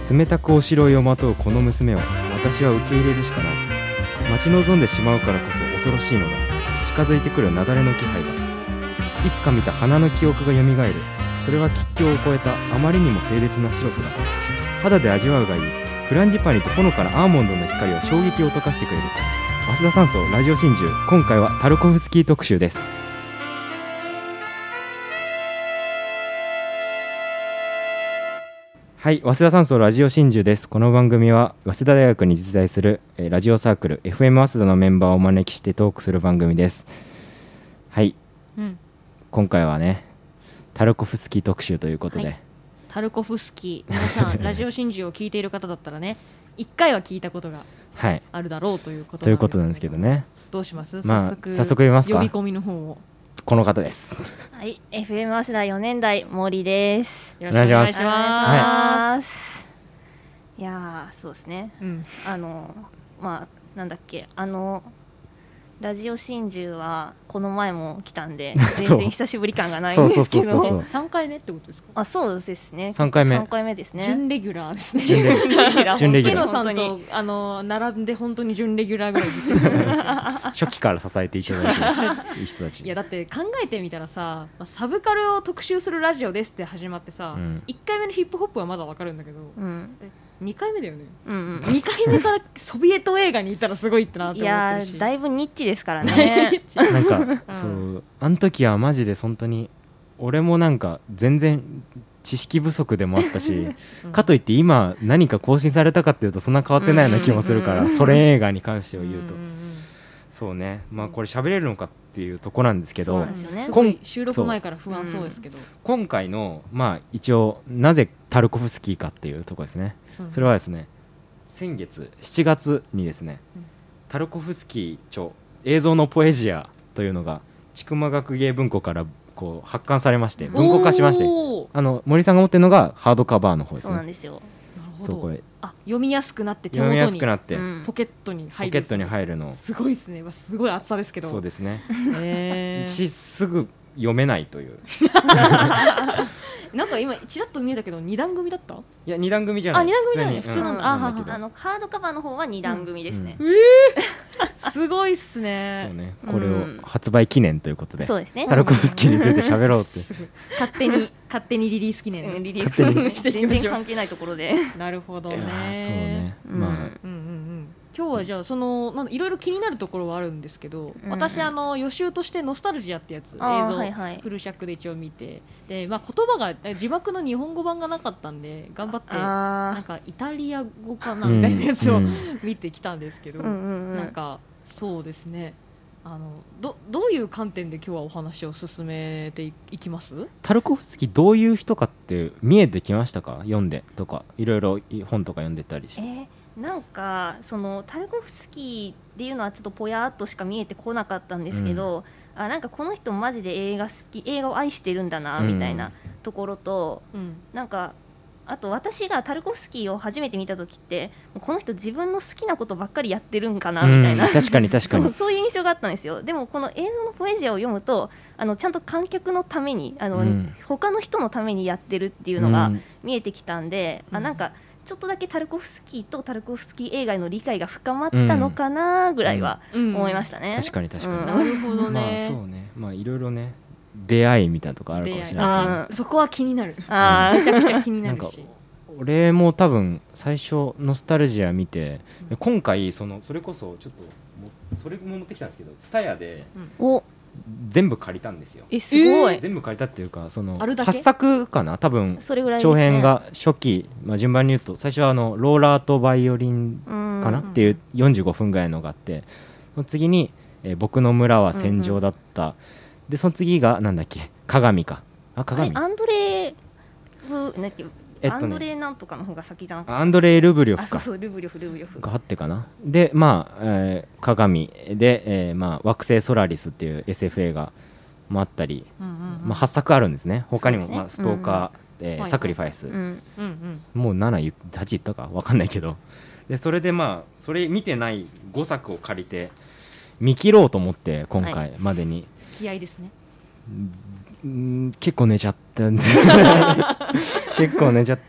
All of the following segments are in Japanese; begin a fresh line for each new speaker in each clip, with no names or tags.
冷たくおしろいをまとうこの娘を私は受け入れるしかない。待ち望んでしまうからこそ恐ろしいのだ。近づいてくる雪崩の気配が。いつか見た花の記憶がよみがえる。それは吉凶を超えたあまりにも清烈な白さだ。肌で味わうがいい。フランジパニとほのかなアーモンドの光は衝撃を溶かしてくれる。早稲田山荘ラジオ真珠、今回はタルコフスキー特集です。はい、早稲田山荘ラジオ真珠です。この番組は早稲田大学に実在する、ラジオサークル FM 早稲田のメンバーをお招きしてトークする番組です。はい、今回はねタルコフスキー特集ということで、はい、
タルコフスキー、皆さんラジオ真珠を聞いている方だったらね1回は聞いたことがあるだろうということなんですけどね。どうします？早速
読みますか。
呼び込みの方を
この方です。
はい、FM 早稲田4年代森です。
よろしくお願いします。
いやそうですね、なんだっけ、ラジオ真珠はこの前も来たんで全然久しぶり感がないんですけど
3回目ってことですか？
あ、そうですね、
3回
目ですね。
準レギュラーですね。
準レギュラー
助野さんと並んで本当に準レギュラーぐらいずっと
初期から支えていただいていい人たち。
いやだって考えてみたらさ、サブカルを特集するラジオですって始まってさ、1回目のヒップホップはまだわかるんだけど、2回目だよね、2回目からソビエト映画に行ったらすごいってなって思ってるし、
いやだいぶニッチですからね
なんか、そうあの時はマジで本当に俺もなんか全然知識不足でもあったし、かといって今何か更新されたかっていうとそんな変わってないような気もするから、それ映画に関してを言うと、そうね、まあこれ喋れるのかっていうとこなんですけど、
すごい収録前から不安そうですけど、
今回のまあ一応なぜタルコフスキーかっていうところですね。それはですね、先月7月にですね、タルコフスキー著映像のポエジアというのが千曲学芸文庫からこう発刊されまして文庫化しまして、森さんが持ってるのがハードカバーの方ですね。
そうなんですよ。
そうこれ読みやすくなって手元にポケットに入るのすごいですね。すごい厚さですけど。
そうですね、すぐ読めないという
なんか今ちらっと見えたけど2段組だった？
いや2段組じゃない。
2段組じゃない、普通の
カードカバーの方は2段組ですね。
すごいっすね。
そうね、これを発売記念ということで、
そうですね、
タルコフスキーについて喋ろうって
勝手にリリース記念
リリースして全然関係ないところで
なるほどね。
そうね、
今日はじゃあいろいろ気になるところはあるんですけど、私予習としてノスタルジアってやつ映像フル尺で一応見て、で、言葉が字幕の日本語版がなかったんで頑張ってなんかイタリア語かなみたいなやつを見てきたんですけど、なんかそうですね、どういう観点で今日はお話を進めていきます？
タルコフスキーどういう人かって見えてきましたか？読んでとかいろいろ本とか読んでたりして、
なんかそのタルコフスキーっていうのはちょっとぽやっとしか見えてこなかったんですけど、なんかこの人マジで映画好き、映画を愛してるんだなみたいなところと、なんかあと私がタルコフスキーを初めて見た時ってこの人自分の好きなことばっかりやってるんかなみたいな、
確かに
そういう印象があったんですよ。でもこの映像のポエジアを読むとちゃんと観客のために他の人のためにやってるっていうのが見えてきたんで、なんかちょっとだけタルコフスキーとタルコフスキー映画の理解が深まったのかなぐらいは思いましたね。
確かに
なるほどね。
そうね、いろいろね出会いみたいなとこあるかもしれないですけど、
そこは気になる。めちゃくちゃ気になるし、なんか
俺も多分最初ノスタルジア見て、今回それこそちょっとそれも持ってきたんですけど、TSUTAYAで全部借りたんですよ。
すごい。
全部借りたっていうか
8
作かな多分。
それぐらいですね。
長編が初期、順番に言うと最初はローラーとバイオリンかなっていう45分ぐらいのがあって、その次に、僕の村は戦場だった、でその次がなんだっけ、鏡か、鏡、
アンドレアンドレなんとかの方が先じゃなくて、
アンドレイ・ルブリョフか、
そうルブリョフ
があってかな。で鏡で、惑星ソラリスっていう SF 映画もあったり、8作あるんですね。他にも、ストーカー、サクリファイス、もう7、8言ったか分かんないけど、でそれでそれ見てない5作を借りて見切ろうと思って今回までに、
気合いですね。
結構寝ちゃったんです結構寝ちゃって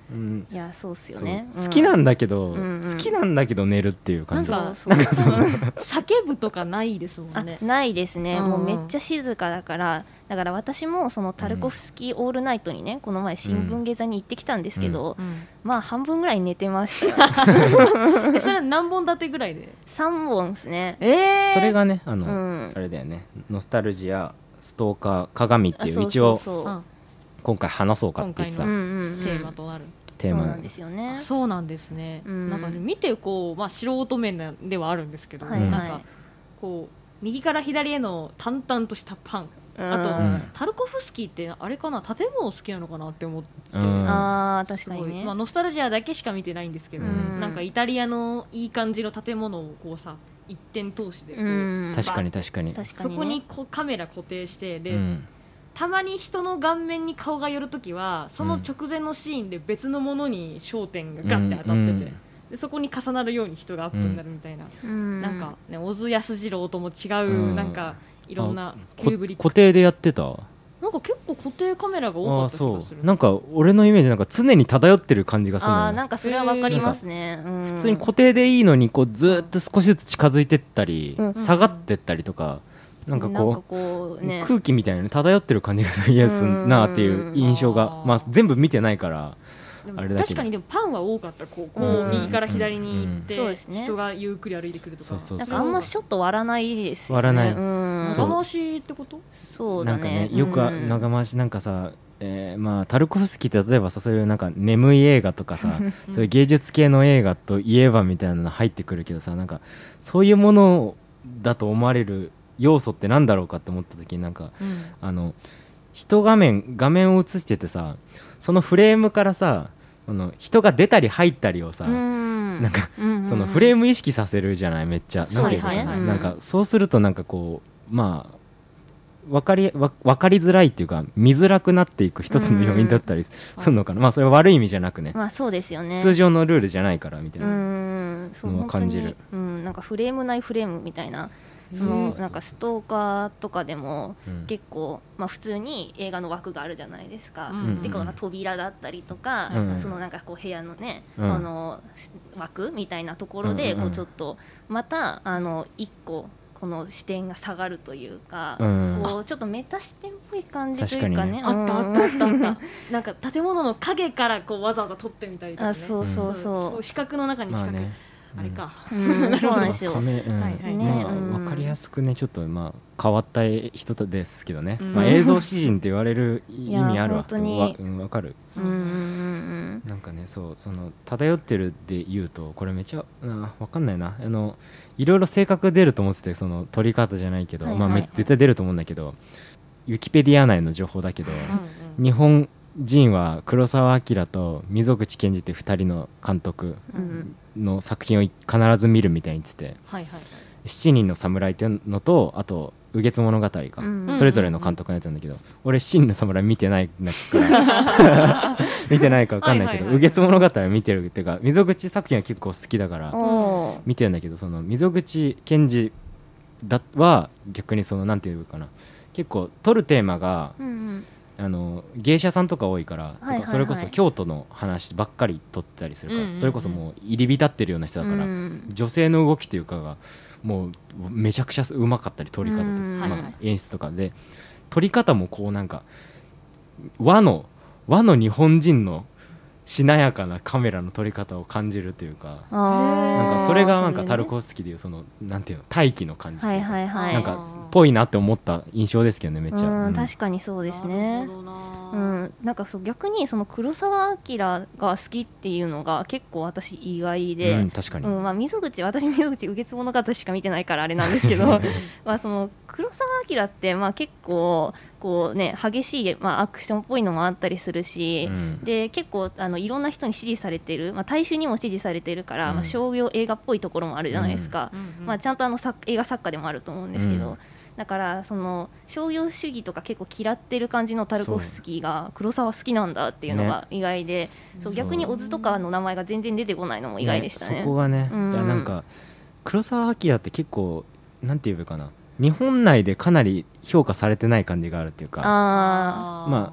いやそうっすよね、
好きなんだけど、好きなんだけど寝るっていう感じ。
なんか叫ぶとかないですもんね。
ないですね、もうめっちゃ静かだから。だから私もそのタルコフスキーオールナイトにね、この前新聞下座に行ってきたんですけど、まあ半分ぐらい寝てましたそ
れは何本立てぐらいで
？3本ですね。
それがねあれだよね、ノスタルジア、ストーカー、鏡っていう一応今回話そうかって言ってたテ
ーマとなる
テーマなんですよね。
そうなんですね。なんか見てこう、素人面ではあるんですけど、なんかこう右から左への淡々としたパン、あと、タルコフスキーってあれかな、建物好きなのかなって思って、
確かにね、
ノスタルジアだけしか見てないんですけど、なんかイタリアのいい感じの建物をこうさ一点通しでこう、
確かに
そこにこうカメラ固定してで、たまに人の顔面に顔が寄るときはその直前のシーンで別のものに焦点がガッて当たってて、でそこに重なるように人がアップになるみたいな、なんかね、小津安二郎とも違う、なんかいろんなキューブリック
固定でやってた。
なんか結構固定カメラが多かった気がする。
なんか俺のイメージなんか常に漂ってる感じがするのよ。
なんかそれはわかりますね。
普通に固定でいいのにこうずっと少しずつ近づいてったり、下がってったりとか、なんかこう、空気みたいなの漂ってる感じがするなっていう印象が、全部見てないからあれだけど、
確かにでもパンは多かった。こう右から左に行って、人がゆっくり歩いてくるとか、
なんかあんまちょっと割らないですよね。
割らない。
長回しってこと？
そうだね。
なんかね、よく長回しなんかさ、タルコフスキーって例えばさ、そういうなんか眠い映画とかさそういう芸術系の映画といえばみたいなの入ってくるけどさ、なんかそういうものだと思われる要素ってなんだろうかって思った時に、なんか、人画面を映しててさ、そのフレームからさ人が出たり入ったりをさ、なんかそのフレーム意識させるじゃない、めっちゃ。なんかそうするとなんかこう分かりづらいっていうか見づらくなっていく一つの要因だったりするのかな。それは悪い意味じゃなくね、
そうですよね、
通常のルールじゃないからみたいなのを感じる。
なんかフレームないフレームみたいな、なんかストーカーとかでも結構、普通に映画の枠があるじゃないですか。でこの扉だったりとか、そのなんかこう部屋のね、枠みたいなところでこうちょっとまた一個この視点が下がるというか、こうちょっとメタ視点っぽい感じというかね。
あったなんか建物の影からこうわざわざ撮ってみたりとかね。
そう
四角の中に四角、あれか、
そうなんですよ。
分かりやすくね、ちょっと変わった人ですけどね、映像詩人って言われる意味あるわ。分かる。なんかね、その漂ってるって言うとこれめっちゃ分かんないな。いろいろ性格出ると思ってて、その撮り方じゃないけど、絶対出ると思うんだけど、ウィキペディア内の情報だけど、日本人は黒澤明と溝口健二って2人の監督の作品を必ず見るみたいに言ってて、7人の侍っていうのと、あと雨月物語がそれぞれの監督のやつなんだけど、俺7人の侍見てないから見てないか分かんないけど、雨月物語は見てるっていうか、溝口作品は結構好きだから見てるんだけど、その溝口健二は逆にそのなんていうかな、結構撮るテーマが芸者さんとか多いから、それこそ京都の話ばっかり撮ったりするから、それこそもう入り浸ってるような人だから、女性の動きというかがもうめちゃくちゃうまかったり、撮り方とか、演出とかで、撮り方もこうなんか和の日本人のしなやかなカメラの撮り方を感じるというか、なんかそれがなんかタルコフスキーでいうそのなんていうの、大気の感じというか、なんかぽいなって思った印象ですけどね、めっちゃ。
確かにそうですね。なんか逆にその黒澤明が好きっていうのが結構私意外で、
確かに、
溝口雨月物語しか見てないからあれなんですけどその黒澤明って結構こうね、激しい、アクションっぽいのもあったりするし、で結構いろんな人に支持されている、大衆にも支持されているから、商業映画っぽいところもあるじゃないですか。ちゃんと映画作家でもあると思うんですけど、だからその商業主義とか結構嫌ってる感じのタルコフスキーが黒沢好きなんだっていうのが意外で、逆にオズとかの名前が全然出てこないのも意外でしたね。
そこがね、いやなんか黒澤明って結構なんて言うかな、日本内でかなり評価されてない感じがあるっていうか、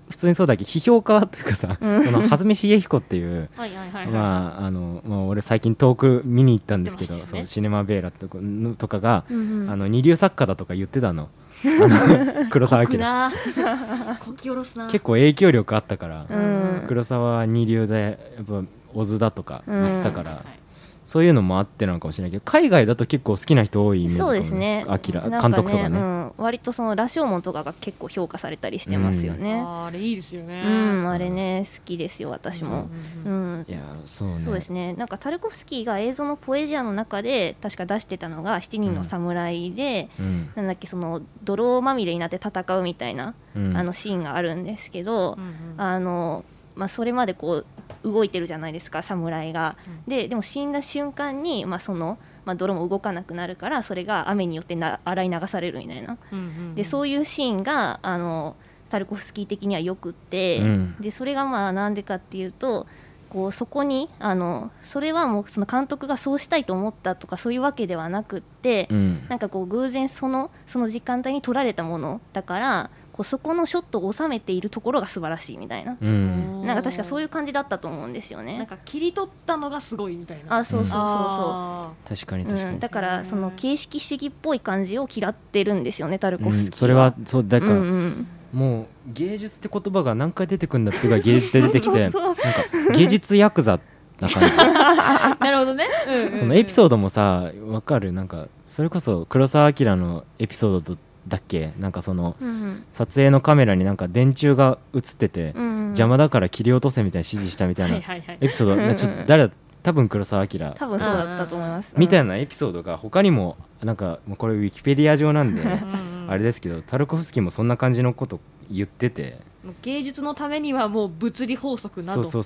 普通にそうだけど批評家というかさ、この蓮見茂彦っていう俺最近遠く見に行ったんですけど、そうシネマベーラとかが、二流作家だとか言ってたの。黒澤明結構影響力あったから、黒澤は二流でやっぱ小津だとか言ってたから、そういうのもあってなのかもしれないけど、海外だと結構好きな人多いイメージかも。そうですね、監督とかね、
割とその羅生門とかが結構評価されたりしてますよね。
あれいいですよね。
あれね好きですよ私も。
いやそう
ですね。なんかタルコフスキーが映像のポエジアの中で確か出してたのが7人の侍で、なんだっけ、その泥まみれになって戦うみたいな、シーンがあるんですけど、それまでこう動いてるじゃないですか侍が、でも死んだ瞬間に、泥も動かなくなるから、それが雨によって洗い流されるみたいな、でそういうシーンがタルコフスキー的にはよくって、でそれがなんでかっていうと、こうそこにそれはもうその監督がそうしたいと思ったとかそういうわけではなくって、なんかこう偶然その時間帯に撮られたものだから、そこのショットを収めているところが素晴らしいみたいな、なんか確かそういう感じだったと思うんですよね。
なんか切り取ったのがすごいみたいな。
そう確
かに、
だからその形式主義っぽい感じを嫌ってるんですよねタルコフスキーは。
それはそうだから、もう芸術って言葉が何回出てくるんだっていうか芸術で出てきてなんか芸術ヤクザな感じ
なるほどね、
そのエピソードもさ分かる。なんかそれこそ黒澤明のエピソードだっけ、なんかその、撮影のカメラになんか電柱が映ってて、邪魔だから切り落とせみたいな指示したみたいなエピソード、ちょっと誰だ、多分黒澤明
多分そうだったと思います、
みたいなエピソードが他にもなんかもうこれウィキペディア上なんであれですけど、タルコフスキーもそんな感じのこと言ってて、
芸術のためにはもう物理法則などみたいな。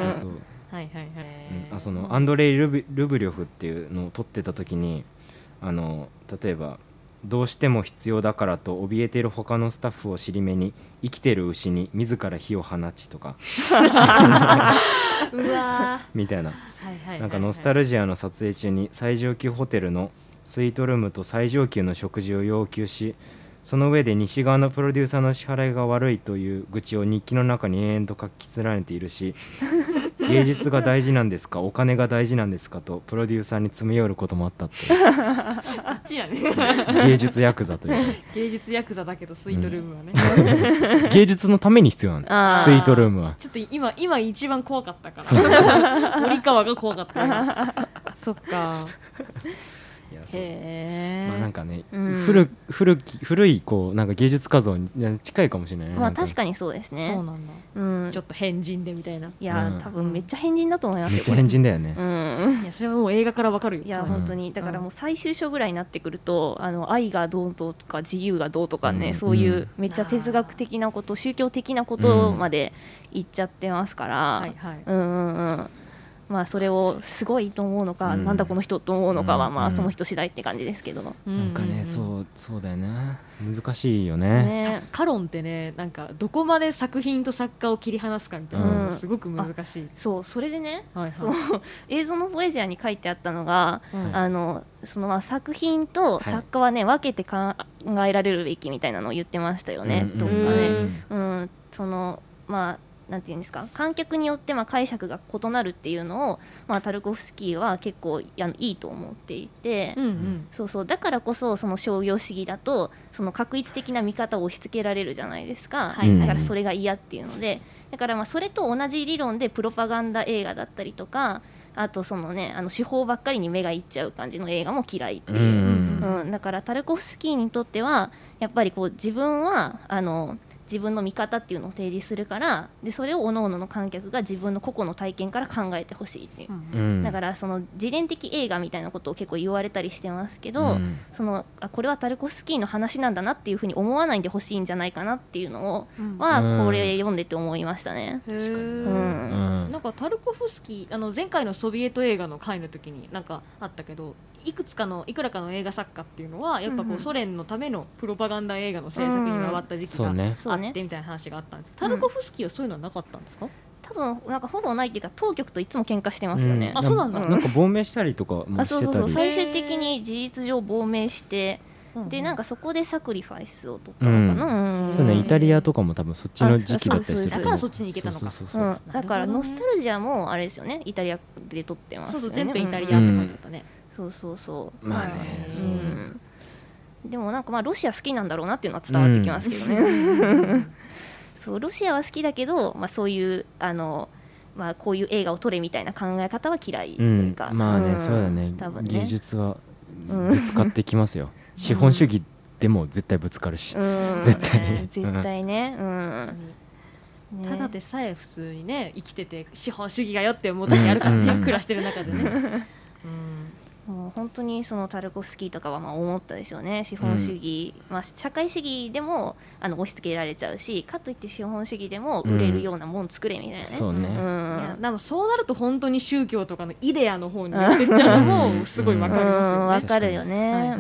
そのアンドレイ・ルブリョフっていうのを撮ってた時に例えばどうしても必要だからと怯えている他のスタッフを尻目に生きてる牛に自ら火を放ちとか
うわ
みたいな、なんかノスタルジアの撮影中に最上級ホテルのスイートルームと最上級の食事を要求し、その上で西側のプロデューサーの支払いが悪いという愚痴を日記の中に延々と書き連ねているし芸術が大事なんですかお金が大事なんですかとプロデューサーに詰め寄ることもあったってど
っちやね
芸術ヤクザという
芸術ヤクザだけどスイートルームはね、
芸術のために必要なのスイートルームは。
ちょっと今一番怖かったから森川が怖かったそっか
なんかね、古いこうなんか芸術家像に近いかもしれないね。
確かにそうですね。
そうなんだ、ちょっと変人でみたいな。
いや、多分めっちゃ変人だと思いますよ。
めっちゃ変人だよね。
いやそれはもう映画からわかるよ。
いや本当にだからもう最終章ぐらいになってくると愛がどうとか自由がどうとかね、そういうめっちゃ哲学的なこと宗教的なことまで言っちゃってますから、それをすごいと思うのか、なんだこの人と思うのかはその人次第って感じですけど、
なんかね、そうだよね、難しいよね。
作家論ってね、なんかどこまで作品と作家を切り離すかみたいな、すごく難しい。
それでね、その映像のポエジアに書いてあったのが、その作品と作家はね、分けて考えられるべきみたいなのを言ってましたよね。どっかね、そのなんていうんですか、観客によって解釈が異なるっていうのを、タルコフスキーは結構いいと思っていて、だからこそその商業主義だとその確一的な見方を押し付けられるじゃないですか、だからそれが嫌っていうので、だからそれと同じ理論でプロパガンダ映画だったりとか、あとそのね、手法ばっかりに目がいっちゃう感じの映画も嫌いっていう、だからタルコフスキーにとってはやっぱりこう自分は自分の見方っていうのを提示するから、でそれを各々の観客が自分の個々の体験から考えてほしいっていう、だからその自伝的映画みたいなことを結構言われたりしてますけど、これはタルコフスキーの話なんだなっていうふうに思わないでほしいんじゃないかなっていうのは、これ読んでて思いましたね。
なんかタルコフスキー前回のソビエト映画の回の時になんかあったけど、いくらかの映画作家っていうのはやっぱこうソ連のためのプロパガンダ映画の制作に回った時期があってみたいな話があったんですけど、タルコフスキーはそういうのはなかったんですか？
多分なんかほぼないっていうか、当局といつも喧嘩してますよね。
そうなんだ。
なんか亡命したりとかもしてたり、
最終的に事実上亡命して、 でなんかそこでサクリファイスを取ったのかな、
そうね、イタリアとかも多分そっちの時期だったりする。
だからそっちに行けたのか。
だからノスタルジアもあれですよね、イタリアで撮ってますよね。
そうそう、全部イタリアって書いてあったね。
そうそうそう。
まあね、
でもなんかまあロシア好きなんだろうなっていうのは伝わってきますけどね。そう、ロシアは好きだけど、まあそういうまあこういう映画を撮れみたいな考え方は嫌いというか。
まあね、そうだね。
多分ね、
芸術はぶつかってきますよ。資本主義でも絶対ぶつかるし、絶対に。
絶対ね。
ただでさえ普通にね生きてて資本主義がよって思う時あるからね、暮らしてる中でね。
もう本当にそのタルコフスキーとかはまあ思ったでしょうね。資本主義、まあ、社会主義でも押し付けられちゃうし、かといって資本主義でも売れるようなもん作れみたいなね。
そうね。
いやでもそうなると本当に宗教とかのイデアの方に寄ってっちゃうのもすごいわかりますよね。
わかるよね。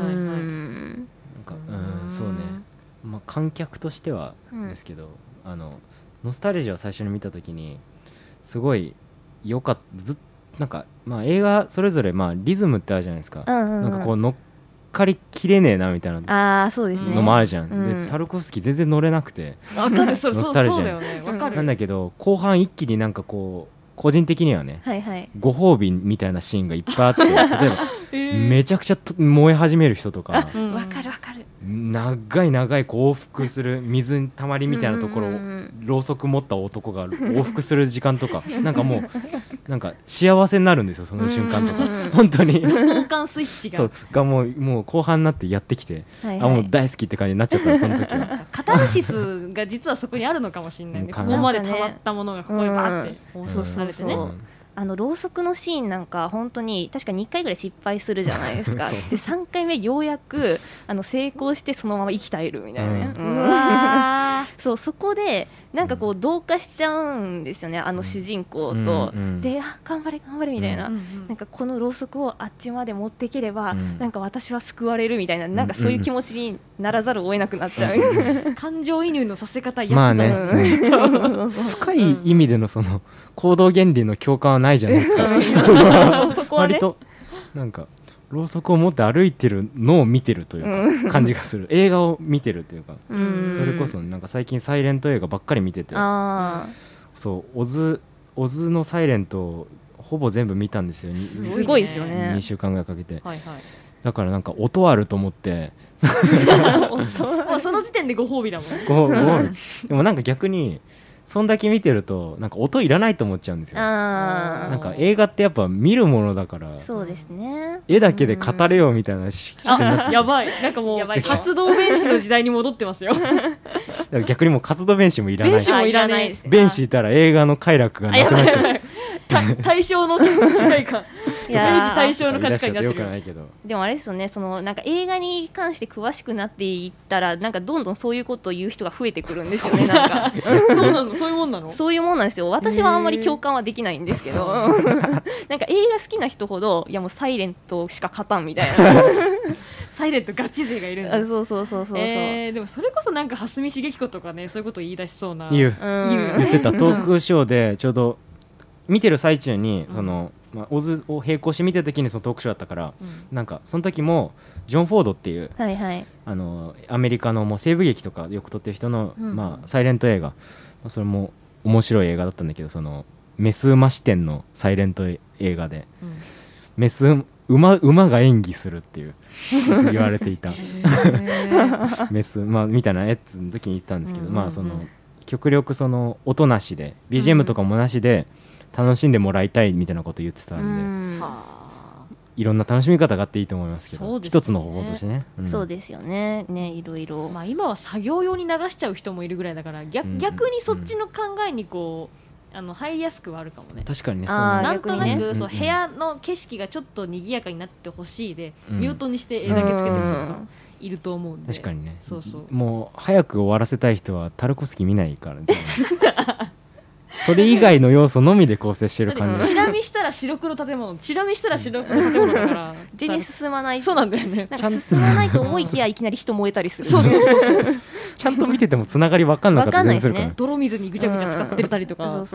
そうね。まあ観客としてはですけど、ノスタルジーを最初に見た時にすごい良かった。なんかまあ映画それぞれまあリズムってあるじゃないですか。なんかこう乗っかりきれねえなみたいなのもあるじゃん。でタルコフスキー全然乗れなくて。
わかる、そうだよね。わかる。
なんだけど後半一気になんかこう個人的にはね、ご褒美みたいなシーンがいっぱいあって、例えばめちゃくちゃ燃え始める人とか、
わかるわかる。
長い長いこう往復する水たまりみたいなところをろうそく持った男が往復する時間とか、なんかもうなんか幸せになるんですよ、その瞬間とか。本当に
交換スイッチが
そうがもう後半になってやってきて、もう大好きって感じになっちゃったその時は。
カタルシスが実はそこにあるのかもしれないね。ここまで溜まったものがここにバーって放送されてね。
ろうそくのシーンなんか本当に確か2回ぐらい失敗するじゃないですか。で3回目ようやく成功してそのまま息絶えるみたいなね。うわそう、そこでなんかこう同化しちゃうんですよね、主人公と。で頑張れ頑張れみたいな、なんかこのろうそくをあっちまで持っていければ、なんか私は救われるみたいな、なんかそういう気持ちにならざるを得なくなっちゃう。
感情移入のさせ方
まあね、深い意味でのその行動原理の共感はないじゃないですか。割となんかろうそくを持って歩いてるのを見てるというか感じがする。映画を見てるというか、それこそなんか最近サイレント映画ばっかり見てて、そうオズのサイレントをほぼ全部見たんですよ。
すごいですよね。
2週間ぐらいかけて。だからなんか音あると思って
その時点でご褒美だもん。
ご褒美。でもなんか逆にそんだけ見てるとなんか音いらないと思っちゃうんですよ。なんか映画ってやっぱ見るものだから、
そうですね、
絵だけで語れよみたいな視点になって
やばい、なんかもう活動弁士の時代に戻ってますよ。
だから逆にもう活動弁士もいらない。
弁士もいらないです。
弁士いたら映画の快楽がなくなっちゃう。
対象の世界観、対象の価値観になってる。
でもあれですよね、そのなんか映画に関して詳しくなっていったらなんかどんどんそういうことを言う人が増えてくるんですよね。なんか
そうなの、そういうもんなの。
そういうもんなんですよ。私はあんまり共感はできないんですけど、なんか映画好きな人ほどいやもうサイレントしか勝たんみたいな。
サイレントガチ勢がいるんだ。
そう
でもそれこそなんか蓮見茂彦とかね、そういうこと言い出しそうな。
言ってたトークショーでちょうど見てる最中にその、オズを並行して見てる時にそのトークショーだったから、なんかその時もジョン・フォードっていう、アメリカのもう西部劇とかよく撮ってる人の、サイレント映画、それも面白い映画だったんだけど、そのメス馬視点のサイレント映画で、メス馬が演技するっていう言われていたメス、みたいなやつの時に言ってたんですけど、その極力その音なしで BGM とかもなしで楽しんでもらいたいみたいなこと言ってたんで、いろんな楽しみ方があっていいと思いますけど、一つの方法としてね。
そうですよね。いろいろ。
今は作業用に流しちゃう人もいるぐらいだから、逆にそっちの考えにこう入りやすくはあるかもね。
確かにね。
なんとなくそう部屋の景色がちょっと賑やかになってほしいで、ミュートにして絵だけつけてる人とかいると思うんで。
確かにね。
そうそう。
もう早く終わらせたい人はタルコフスキー見ないからね。それ以外の要素のみで構成してる感じ。
チラ見したら白黒建物、チラ見したら白黒建物だから
全然進まない。
そうなんだよね。
進まないと思いきやいきなり人燃えたりする。
そう
ちゃんと見ててもつながり分かんなかったりするから。
泥水にぐちゃぐちゃ使ってたりとか。
そうそう。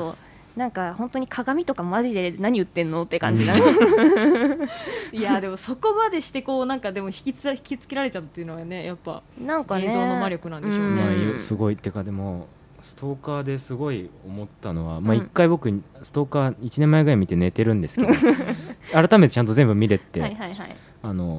なんか本当に鏡とかマジで何言ってんのって感じだね
いやでもそこまでしてこうなんかでも引きつけられちゃうっていうのはねやっぱ
なんか、ね、
映像の魔力なんでしょうね、
まあ、すごいってかでもストーカーですごい思ったのは、まあ、1回僕ストーカー1年前ぐらい見て寝てるんですけど改めてちゃんと全部見れて
はいはい、はい、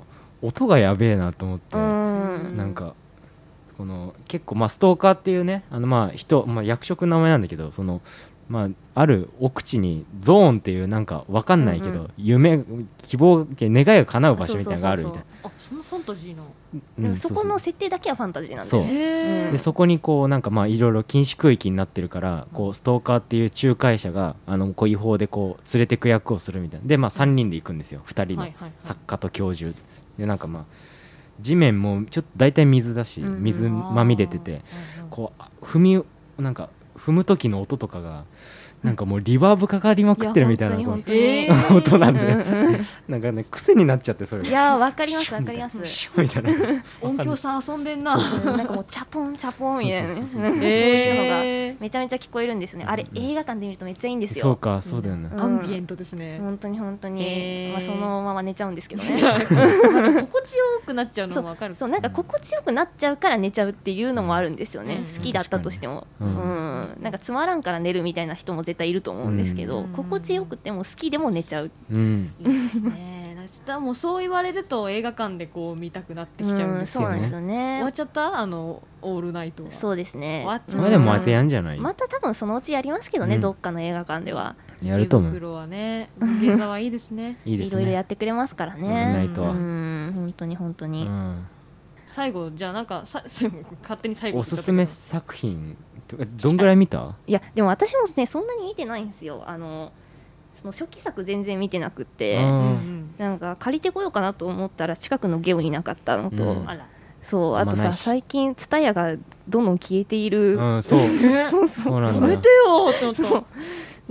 音がやべえなと思ってなんかこの結構まあストーカーっていうねまあ役職の名前なんだけどまあ、ある奥地にゾーンっていうなんか分かんないけど、夢希望願いが叶う場所みたいなのがあるみたいな。
あそのファンタジーの、
でもそこの設定だけはファンタジーなん
だよね。でそこにこうなんかまあいろいろ禁止区域になってるからこうストーカーっていう仲介者がこう違法でこう連れてく役をするみたいなでまあ3人で行くんですよ2人の作家と教授でなんかまあ地面もちょっと大体水だし水まみれててこうなんか踏む時の音とかがなんかもうリバーブかかりまくってるみたいな音なんでなんかね癖になっちゃってそれが
いやわかりますわかります
みたいな
音響さん遊んでんな
なんかもうチャポンチャポンみたいなそういうのがめちゃめちゃ聞こえるんですねあれ映画館で見るとめっちゃいいんですよ
そうかそうだよね
アンビエントですね
本当に本当にまあそのまま寝ちゃうんですけどね
心地よくなっちゃうのもわかる
そうなんか心地よくなっちゃうから寝ちゃうっていうのもあるんですよね好きだったとしてもなんかつまらんから寝るみたいな人も絶対いると思うんですけど心地よくても好きでも寝ちゃう
いいですねもうそう言われると映画館でこう見たくなってきちゃうんですよね。
そうなんですよね。
終わっちゃったオールナイトは。
そうですね。
まあでもまたやんじゃない。
また多分そのうちやりますけどね、どっかの映画館では。
やると思う。
池袋はね、芸座はいいですね。
いいですね。
いろいろやってくれますからね。
オールナイトは。
本当に本当に。
最後じゃあなんか勝手に最後
おすすめ作品どんぐらい見た？
いやでも私もねそんなに見てないんですよ。その初期作全然見てなくて、なんか借りてこようかなと思ったら近くのゲオになかったのと、そうあとさ最近TSUTAYAがどんどん消えている、
そうなんだ。
やめてよって思った。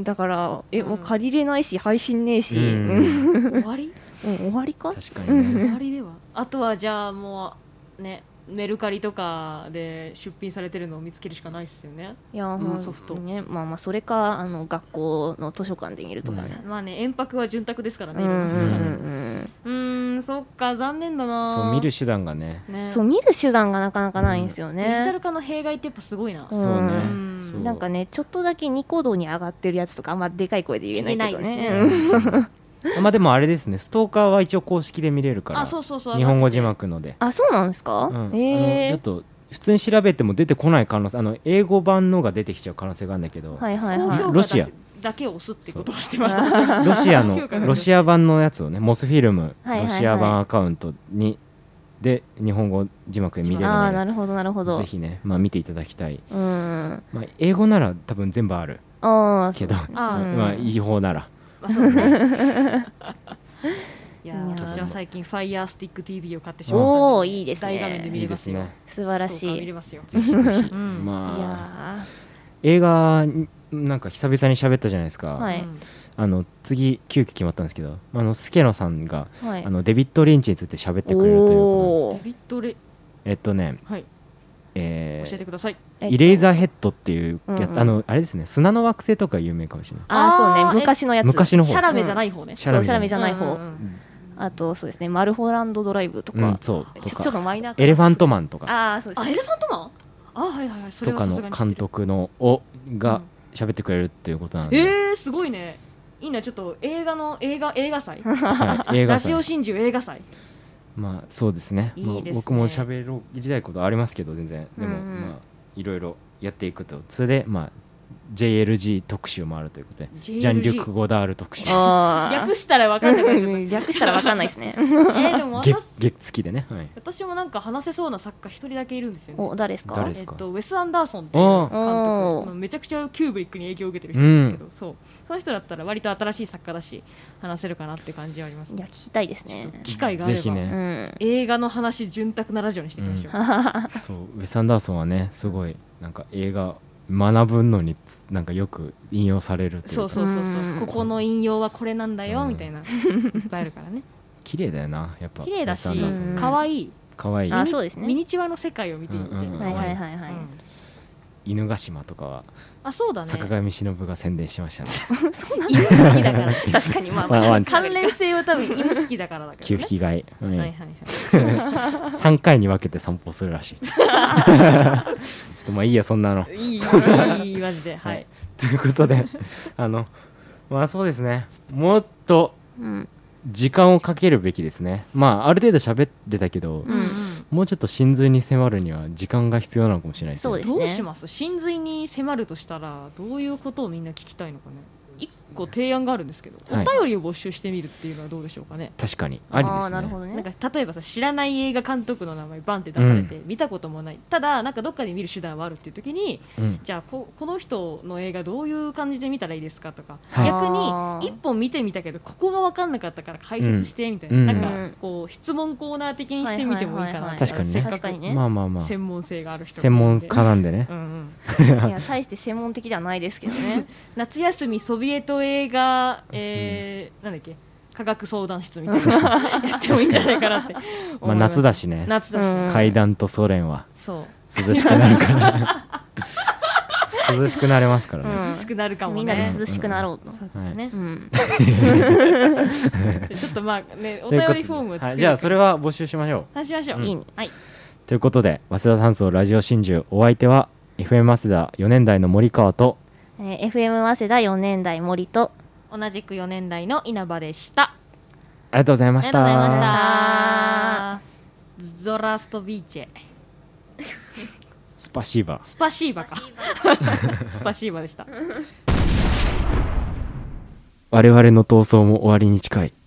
だからもう借りれないし配信ねえし、
終わり？
終わりか？
確かにね。
終わりでは。あとはじゃあもうね。メルカリとかで出品されてるのを見つけるしかないですよね。
いやソフトね、まあそれか学校の図書館で見るとかね。
まあね円卓は潤沢ですからね。そっか残念だな。
そう見る手段がね。
そう見る手段がなかなかないんですよね。
デジタル化の弊害ってやっぱすごいな。
そうね。
なんかねちょっとだけニコ動に上がってるやつとかあんまでかい声で言えないけどね。
まあでもあれですねストーカーは一応公式で見れるから
そう
日本語字幕ので
そうなんですか、
ちょっと普通に調べても出てこない可能性英語版のが出てきちゃう可能性があるんだけど
ロシアだけを押すってことはしてました
ロシア版のやつをねモスフィルムロシア版アカウントにで日本語字幕で見れるので
なるほどなるほど
ぜひね見ていただきたい英語なら多分全部あるけど違法なら
そうねいや私は最近 Fire Stick TV を買ってしまったので
いいですね
大画面で見れますよ
素晴らしい
見れますよ
ぜひぜひ映画なんか久々に喋ったじゃないですか次急遽決まったんですけど助野さんがデビッド・リンチについて喋ってくれるということ
デビッド・レ教えてください
イレイザーヘッドっていうやつあれですね砂の惑星とか有名かもしれない
そうね昔のやつ
昔の方
シャラメじゃない方ね
シャラメじゃない方あとそうですねマルホランドドライブとか
ちょ
っとマイナー
エレファントマンとか
エレファントマンはいはいはい
とかの監督のが喋ってくれるっていうことなん
ですごいねいいなちょっと映画祭ラジオ真珠映画祭
そうですね僕も喋りたいことありますけど全然でもいろいろやっていくとそれでJLG 特集もあるということでジャン・リュック・ゴダール特集
略したら分かんない
略したら分かんないですね
でも
月付きでね
私もなんか話せそうな作家一人だけいるんですよね
誰ですか
ウェス・アンダーソンっていう監督めちゃくちゃキューブリックに影響を受けてる人なんですけどその人だったら割と新しい作家だし話せるかなって感じはあります
いや聞きたいですね
機会があれば映画の話潤沢なラジオにしていきましょう
そうウェス・アンダーソンはねすごいなんか映画学ぶのになんかよく引用されるっていう
そうここの引用はこれなんだよみたいないっぱいあるからね
綺麗だよなやっぱ
綺麗だし可愛い
そうですね
ミニチュアの世界を見ていって
犬ヶ島とかは
そうだね、
坂上忍が宣伝しましたね
そうなん
犬好きだから
確かに
関連性は多分犬好きだからだけど、ね、
給付きがい、
はいはいはい
3回に分けて散歩するらしいちょっとまあいいやそんなの
いいマジではい、
ということでまあそうですね、もっと時間をかけるべきですね。まあある程度喋れたけど、もうちょっと真髄に迫るには時間が必要なのかもしれないですね。
そうですね。
どうします？真髄に迫るとしたらどういうことをみんな聞きたいのかね。一個提案があるんですけど、はい、お便りを募集してみるっていうのはどうでしょうかね。
確かにありですね。
なるほどね。
なんか例えばさ、知らない映画監督の名前バンって出されて、見たこともない、ただなんかどっかで見る手段はあるっていう時に、じゃあこの人の映画どういう感じで見たらいいですかとか、逆に一本見てみたけどここが分かんなかったから解説してみたいな、なんかこう質問コーナー的にしてみてもいいかな。
確かにね。
せっかく
まあまあまあ
専門性がある人
専門家なんでね。
いや大して専門的ではないですけどね。
夏休みソビエト映画なんだっけ、科学相談室みたいなやってもいいんじゃないかなって
まあ夏だしね。
夏だし、ね、
階段とソ連は
そう
涼しくなるから涼しくなれますからね。
涼しくなるかもね。
みんなで涼しくなろうと。
そうですね。ちょっとまあね、お便りフォームを作る。
じゃあそれは募集しましょう。
しましょう。いいね。はい。
ということで、早稲田担当ラジオ真珠、お相手は FM 早稲田4年代の森川と、
FM 早稲田4年代森と
同じく4年代の稲葉でした。
ありがとうございました。
ありがとうございました。ゾラストビーチェ。
スパシーバ。
スパシーバか。スパシーバでした。
我々の闘争も終わりに近い。